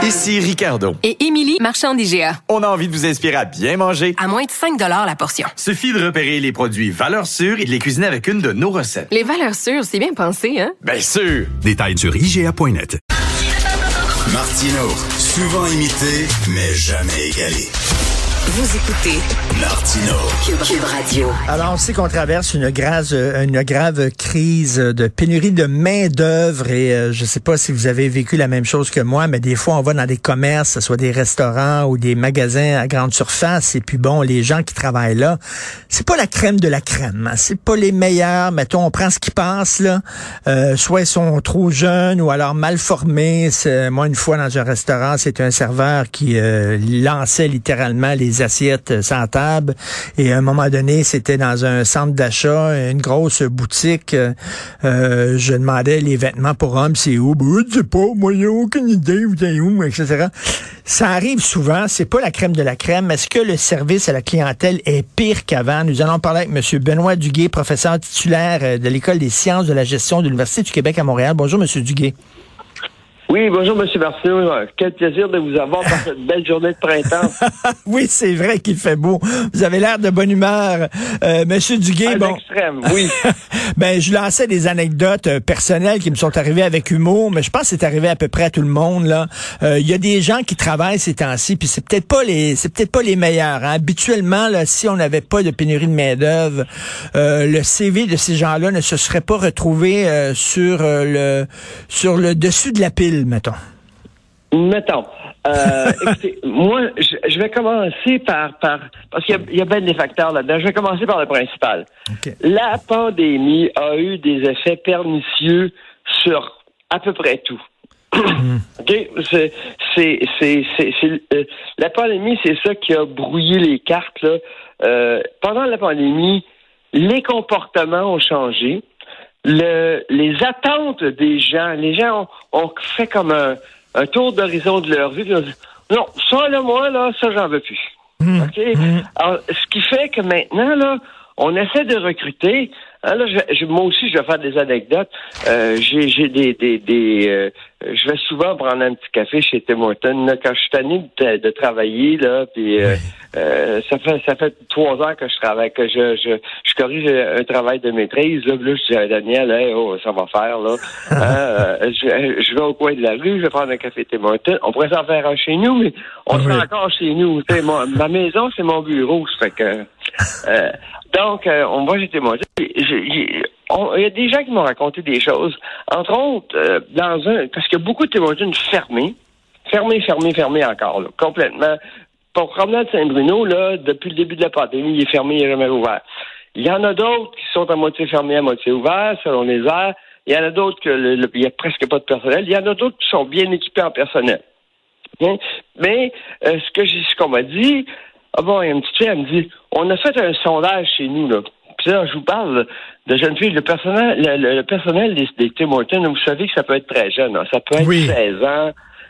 Ici Ricardo. Et Émilie, marchand d'IGA. On a envie de vous inspirer à bien manger. À moins de 5 $ la portion. Suffit de repérer les produits valeurs sûres et de les cuisiner avec une de nos recettes. Les valeurs sûres, c'est bien pensé, hein? Bien sûr! Détails sur IGA.net. Martino, souvent imité, mais jamais égalé. Vous écoutez Martino, Cube Radio. Alors, on sait qu'on traverse une grave crise de pénurie de main-d'œuvre et je sais pas si vous avez vécu la même chose que moi, mais des fois, on va dans des commerces, que ce soit des restaurants ou des magasins à grande surface, et puis bon, les gens qui travaillent là, c'est pas la crème de la crème, hein, c'est pas les meilleurs. Mettons, on prend ce qui passe, là. Soit ils sont trop jeunes ou alors mal formés. Moi, une fois dans un restaurant, c'était un serveur qui lançait littéralement les assiettes sans table. Et à un moment donné, c'était dans un centre d'achat, une grosse boutique. Je demandais les vêtements pour hommes, c'est où? Ben, je sais pas, moi, j'ai aucune idée, vous êtes où, etc. Ça arrive souvent, c'est pas la crème de la crème. Est-ce que le service à la clientèle est pire qu'avant? Nous allons parler avec M. Benoît Duguay, professeur titulaire de l'École des sciences de la gestion de l'Université du Québec à Montréal. Bonjour, M. Duguay. Oui, bonjour, M. Martineau. Quel plaisir de vous avoir dans cette belle journée de printemps. Oui, c'est vrai qu'il fait beau. Vous avez l'air de bonne humeur. Monsieur Duguay, à l'extrême, oui. Ben, je lançais des anecdotes personnelles qui me sont arrivées avec humour, mais je pense que c'est arrivé à peu près à tout le monde, là. Il y a des gens qui travaillent ces temps-ci, puis c'est peut-être pas les meilleurs, hein. Habituellement, là, si on n'avait pas de pénurie de main-d'œuvre, le CV de ces gens-là ne se serait pas retrouvé sur le dessus de la pile. Mettons. Écoutez, moi, je vais commencer par parce qu'il y a bien des facteurs là-dedans. Je vais commencer par le principal. Okay. La pandémie a eu des effets pernicieux sur à peu près tout. OK? La pandémie, c'est ça qui a brouillé les cartes, là. Pendant la pandémie, les comportements ont changé. Les attentes des gens, les gens ont fait comme un tour d'horizon de leur vie. Puis on dit, non, ça là, moi, là, ça, j'en veux plus. OK? Alors, ce qui fait que maintenant, là, on essaie de recruter. Hein, là, moi aussi, je vais faire des anecdotes. J'ai je vais souvent prendre un petit café chez Tim Hortons là, quand je suis tanné de travailler là, puis ça fait 3 ans que je travaille, que je corrige un travail de maîtrise là. Là, je dis à Daniel, hey, ça va faire là. Je vais au coin de la rue, je vais prendre un café Tim Hortons. On pourrait s'en faire un chez nous, mais on se fait encore chez nous. Ma maison, c'est mon bureau, ça fait que. Donc, on va chez Tim Hortons. Il y a des gens qui m'ont raconté des choses. Entre autres, parce qu'il y a beaucoup de Tim Hortons fermés encore, là, complètement. Pour Promenade Saint-Bruno, là, depuis le début de la pandémie, il est fermé, il n'est jamais ouvert. Il y en a d'autres qui sont à moitié fermés, à moitié ouverts, selon les heures. Il y en a d'autres il y a presque pas de personnel. Il y en a d'autres qui sont bien équipés en personnel. Bien? Mais ce qu'on m'a dit, il y a une petite fille, elle me dit, on a fait un sondage chez nous, là. Puis là, je vous parle de jeunes filles. Le personnel des Tim Hortons, vous savez que ça peut être très jeune. Hein. Ça peut être 16 ans,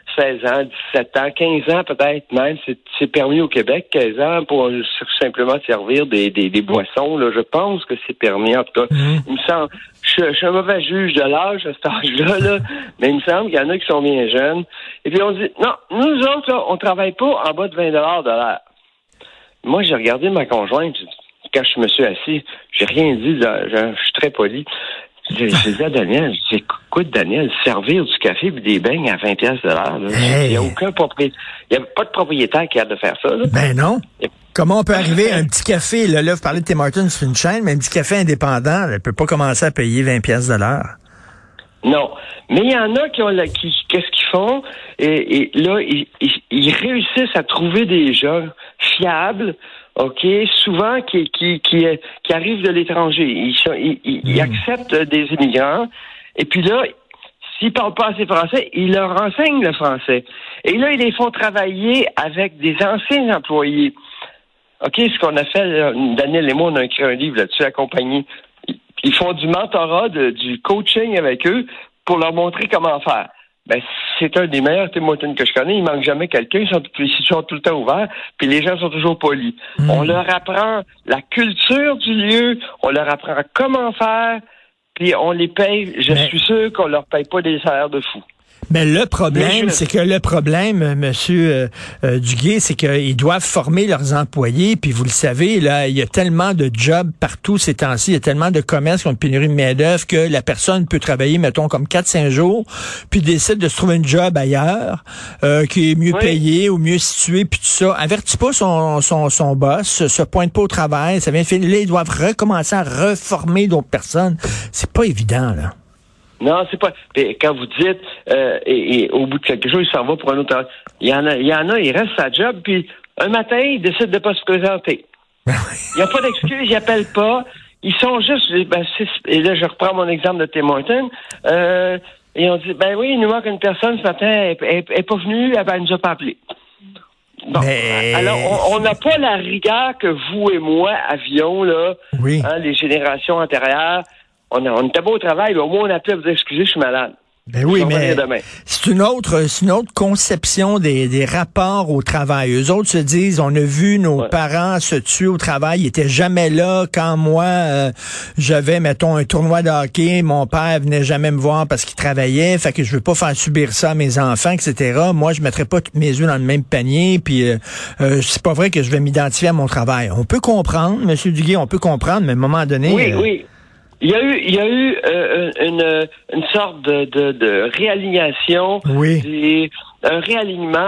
17 ans, 15 ans peut-être même. C'est permis au Québec, 15 ans, pour simplement servir des boissons. Là. Je pense que c'est permis, en tout cas. Il me semble, je suis un mauvais juge de l'âge à cet âge-là, là, mais il me semble qu'il y en a qui sont bien jeunes. Et puis on dit, non, nous autres, là, on travaille pas en bas de 20 $ de l'heure. Moi, j'ai regardé ma conjointe. Quand je me suis assis, j'ai rien dit, je suis très poli. J'ai dit à Daniel, écoute, Daniel, servir du café et des beignes à 20 $ de l'heure, il n'y a aucun propriétaire, il n'y a pas de propriétaire qui a de faire ça. Là. Ben non. Comment on peut arriver à un petit café, là, vous parlez de Tim Hortons, c'est une chaîne, mais un petit café indépendant, elle ne peut pas commencer à payer 20 $ de l'heure. Non. Mais il y en a qu'est-ce qu'ils font? Et là, ils réussissent à trouver des gens fiables, OK, souvent qui arrivent de l'étranger. Ils acceptent des immigrants. Et puis là, s'ils parlent pas assez français, ils leur enseignent le français. Et là, ils les font travailler avec des anciens employés. OK, ce qu'on a fait, là, Daniel et moi, on a écrit un livre là-dessus, accompagné. Ils font du mentorat, du coaching avec eux pour leur montrer comment faire. Ben, c'est un des meilleurs Tim Hortons que je connais. Il manque jamais quelqu'un. Ils sont tout le temps ouverts. Puis les gens sont toujours polis. On leur apprend la culture du lieu. On leur apprend comment faire. Puis on les paye. Je suis sûr qu'on leur paye pas des salaires de fous. Mais le problème, c'est que monsieur Duguay, c'est qu'ils doivent former leurs employés, puis vous le savez, là, il y a tellement de jobs partout ces temps-ci, il y a tellement de commerces qui ont une pénurie de main-d'œuvre que la personne peut travailler, mettons, comme 4-5 jours, puis décide de se trouver un job ailleurs, qui est mieux payé ou mieux situé, puis tout ça. Avertit pas son boss, se pointe pas au travail, ça vient finir. Là, ils doivent recommencer à reformer d'autres personnes. C'est pas évident, là. Non, c'est pas. Et quand vous dites et au bout de quelque chose, il s'en va pour un autre. Il y en a, il reste sa job, puis un matin, il décide de pas se présenter. Il n'y a pas d'excuse, il appelle pas. Ils sont juste. Et là, je reprends mon exemple de Tim Hortons. Et on dit, ben oui, il nous manque une personne ce matin, elle est pas venue, elle nous a pas appelé. Bon, alors on n'a pas la rigueur que vous et moi avions là, les générations antérieures. On était beau au travail, mais au moins on appelait, vous dire, excusez, je suis malade. Ben oui, mais c'est une autre conception des rapports au travail. Eux autres se disent, on a vu nos parents se tuer au travail, ils étaient jamais là quand moi j'avais, mettons, un tournoi de hockey, mon père venait jamais me voir parce qu'il travaillait, fait que je veux pas faire subir ça à mes enfants, etc. Moi, je mettrais pas toutes mes œufs dans le même panier, puis c'est pas vrai que je vais m'identifier à mon travail. On peut comprendre, M. Duguay, on peut comprendre, mais à un moment donné... Oui. Il y a eu une sorte de réalignation, un réalignement,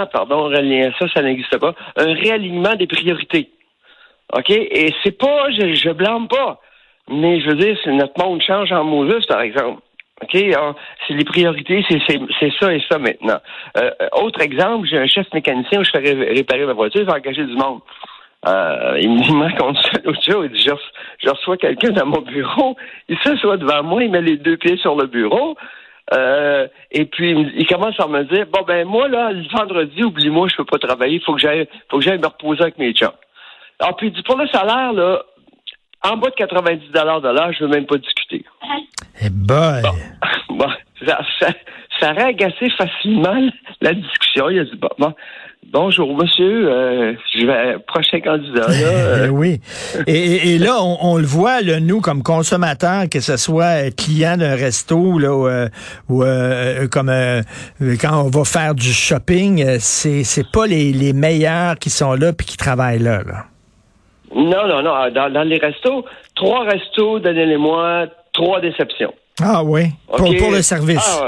ça n'existe pas, un réalignement des priorités. OK? Et c'est pas, je blâme pas, mais je veux dire, notre monde change en Moses, par exemple. OK? C'est les priorités, c'est ça et ça maintenant. Autre exemple, j'ai un chef mécanicien où je fais réparer ma voiture, il va engager du monde. Il me raconte ça l'autre jour, il dit, je reçois quelqu'un dans mon bureau, il s'assoit devant moi, il met les deux pieds sur le bureau, et puis il commence à me dire, bon ben moi là, le vendredi, oublie-moi, je peux pas travailler, il faut que j'aille me reposer avec mes chums. Alors puis il dit, pour le salaire, là, en bas de 90 $ de l'heure, je veux même pas discuter. Eh boy! Bon, ça aurait agacé facilement la discussion, il a dit, bon. Bonjour, monsieur. Je vais prochain candidat. Là, oui. Et là, on le voit, là, nous, comme consommateurs, que ce soit client d'un resto là, ou comme quand on va faire du shopping, c'est pas les meilleurs qui sont là puis qui travaillent là. Non. Dans les restos, 3 restos, donnez-les-moi, 3 déceptions. Ah oui. Okay. Pour le service.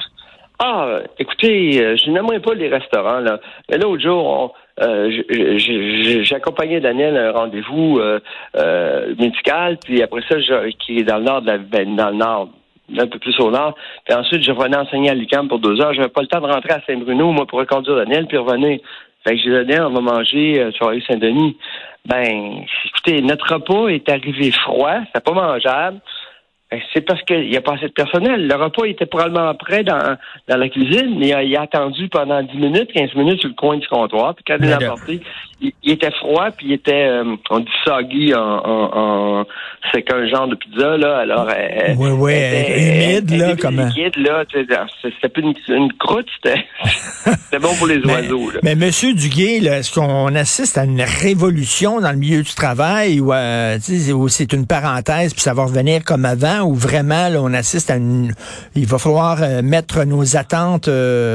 Écoutez, je n'aimerais pas les restaurants, là. Mais l'autre jour, j'accompagnais Daniel à un rendez-vous médical, puis après ça, qui est dans le nord dans le nord, un peu plus au nord. Puis ensuite, je revenais enseigner à l'UQAM pour 2 heures. J'avais pas le temps de rentrer à Saint-Bruno, moi, pour reconduire Daniel, puis revenir. Fait que j'ai dit, Daniel, on va manger sur la rue Saint-Denis. Ben, écoutez, notre repas est arrivé froid, c'est pas mangeable. C'est parce qu'il n'y a pas assez de personnel. Le repas était probablement prêt dans la cuisine, mais il a attendu pendant 10 minutes, 15 minutes sur le coin du comptoir. Puis quand il l'a apporté, il était froid, puis il était, on dit soggy c'est qu'un genre de pizza, là. Alors, humide, là, comment? Liquide, là, c'était plus une croûte, c'était bon pour les oiseaux, là. Mais Monsieur Duguay, là, est-ce qu'on assiste à une révolution dans le milieu du travail ou c'est une parenthèse, puis ça va revenir comme avant? Ou vraiment, là, on assiste à il va falloir mettre nos attentes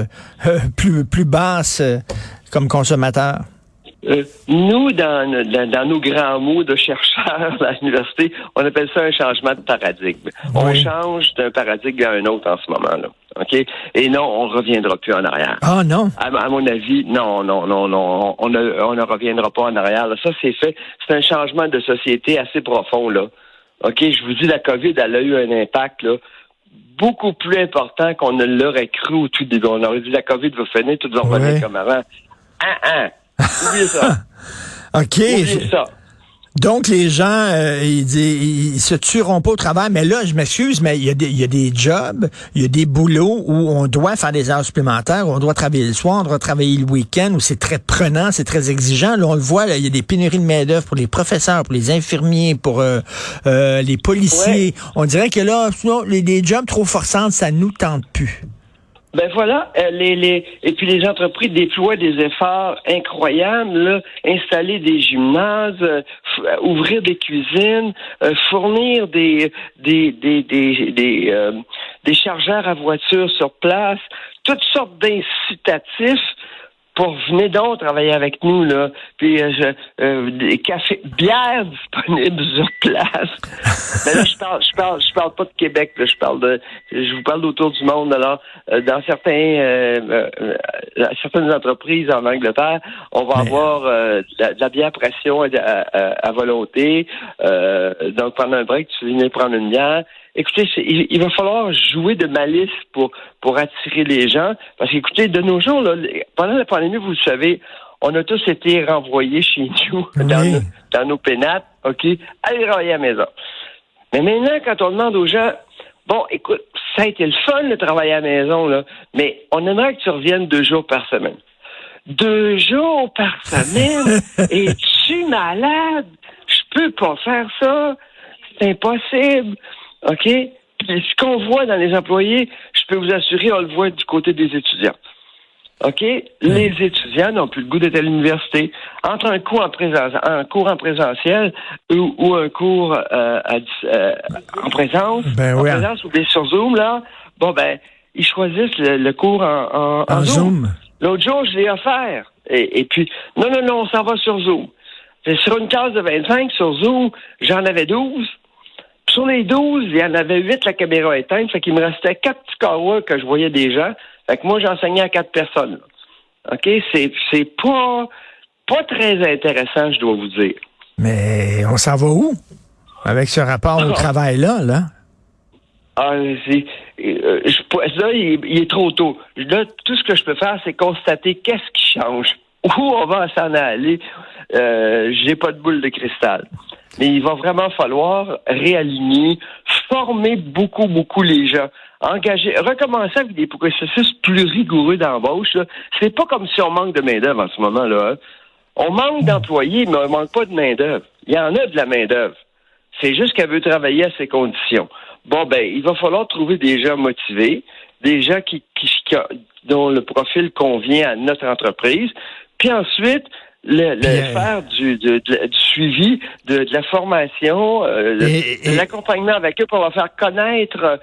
plus basses comme consommateurs? Nous, dans nos grands mots de chercheurs à l'université, on appelle ça un changement de paradigme. Oui. On change d'un paradigme à un autre en ce moment-là. OK? Et non, on ne reviendra plus en arrière. Ah non? À mon avis, non. On ne reviendra pas en arrière. Là, ça, c'est fait. C'est un changement de société assez profond, là. OK, je vous dis, la COVID, elle a eu un impact là, beaucoup plus important qu'on ne l'aurait cru au tout début. On aurait dit, la COVID va finir, tout va revenir comme avant. Oubliez ça. OK. Oubliez ça. Donc, les gens, ils se tueront pas au travail. Mais là, je m'excuse, mais il y a des jobs, il y a des boulots où on doit faire des heures supplémentaires, où on doit travailler le soir, on doit travailler le week-end, où c'est très prenant, c'est très exigeant. Là, on le voit, là, il y a des pénuries de main-d'œuvre pour les professeurs, pour les infirmiers, pour les policiers. Ouais. On dirait que là, sinon, les jobs trop forçants, ça nous tente plus. Ben voilà, et puis les entreprises déploient des efforts incroyables, là, installer des gymnases, ouvrir des cuisines, fournir des chargeurs à voiture sur place, toutes sortes d'incitatifs pour venir donc travailler avec nous, là. Puis des cafés, bières disponibles sur place. Mais là, je parle pas de Québec, là. Je vous parle d'autour du monde. Alors, dans certaines entreprises en Angleterre, on va avoir de la bière pression à volonté. Donc, pendant un break, tu viens prendre une bière. Écoutez, il va falloir jouer de malice pour attirer les gens. Parce qu'écoutez, de nos jours, là, pendant la pandémie, vous le savez, on a tous été renvoyés chez nous, dans nos pénates, OK? Allez travailler à la maison. Mais maintenant, quand on demande aux gens, bon, écoute, ça a été le fun de travailler à la maison, là, mais on aimerait que tu reviennes 2 jours par semaine. 2 jours par semaine? Es-tu malade? Je peux pas faire ça. C'est impossible. OK? Puis ce qu'on voit dans les employés, je peux vous assurer, on le voit du côté des étudiants. OK? Les étudiants n'ont plus le goût d'être à l'université. Entre un cours en présentiel ou un cours en présence, ou bien sur Zoom, là, bon, ben, ils choisissent le cours en Zoom. L'autre jour, je l'ai offert. Et puis, non, on s'en va sur Zoom. Sur une classe de 25, sur Zoom, j'en avais 12. Sur les 12, il y en avait 8 la caméra éteinte, fait qu'il me restait 4 petits carreaux que je voyais des gens. Fait que moi, j'enseignais à 4 personnes. Là. OK? C'est pas très intéressant, je dois vous dire. Mais on s'en va où? Avec ce rapport au travail-là, là? Ah, là, il est trop tôt. Là, tout ce que je peux faire, c'est constater qu'est-ce qui change. Où on va s'en aller. J'ai pas de boule de cristal. Mais il va vraiment falloir réaligner, former beaucoup les gens, engager, recommencer avec des processus plus rigoureux d'embauche. Là. C'est pas comme si on manque de main-d'œuvre en ce moment-là. Hein. On manque d'employés, mais on manque pas de main-d'œuvre. Il y en a de la main-d'œuvre. C'est juste qu'elle veut travailler à ses conditions. Bon, ben, il va falloir trouver des gens motivés, des gens dont le profil convient à notre entreprise. Puis ensuite, faire du suivi, de la formation, de l'accompagnement avec eux pour leur faire connaître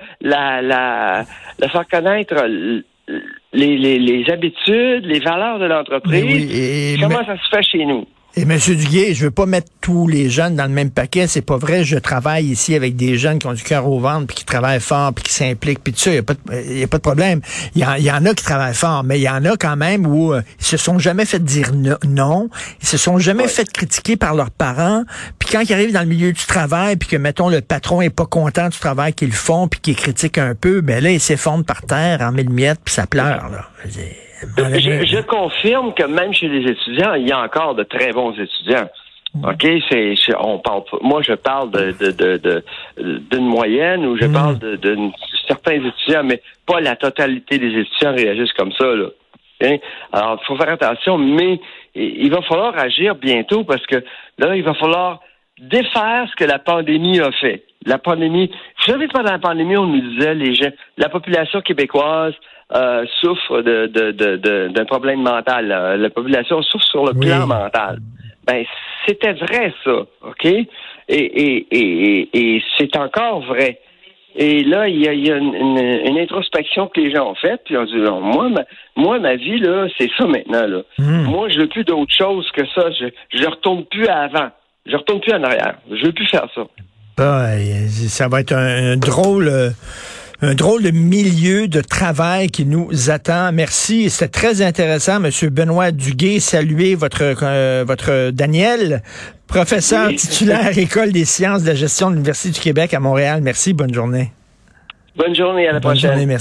les habitudes, les valeurs de l'entreprise. Comment ça se fait chez nous? Et M. Duguay, je veux pas mettre tous les jeunes dans le même paquet, c'est pas vrai. Je travaille ici avec des jeunes qui ont du cœur au ventre, puis qui travaillent fort, puis qui s'impliquent, puis tout ça, il y a pas de problème. Il y en a qui travaillent fort, mais il y en a quand même où ils se sont jamais fait dire non, ils se sont jamais fait critiquer par leurs parents, puis quand ils arrivent dans le milieu du travail, puis que, mettons, le patron est pas content du travail qu'ils font, puis qu'ils critiquent un peu, ben là, ils s'effondrent par terre en mille miettes, puis ça pleure, là. Je confirme que même chez les étudiants, il y a encore de très bons étudiants. OK, moi je parle d'une moyenne ou je parle de certains étudiants, mais pas la totalité des étudiants réagissent comme ça, là. Okay? Alors, il faut faire attention, mais il va falloir agir bientôt parce que là, il va falloir défaire ce que la pandémie a fait. La pandémie, vous savez, pendant la pandémie, on nous disait la population québécoise souffre d'un problème mental. La population souffre sur le plan mental. Ben, c'était vrai, ça, OK? Et c'est encore vrai. Et là, il y a une introspection que les gens ont faite, puis on dit, non, moi, ma vie, là, c'est ça maintenant, là. Moi, je veux plus d'autre chose que ça. Je retourne plus à avant. Je retourne plus en arrière. Je veux plus faire ça. Ça va être un drôle de milieu de travail qui nous attend. Merci. C'était très intéressant, M. Benoît Duguay. Saluez votre Daniel, professeur titulaire École des sciences de la gestion de l'Université du Québec à Montréal. Merci. Bonne journée. Bonne journée. À la prochaine. Bonne journée, merci.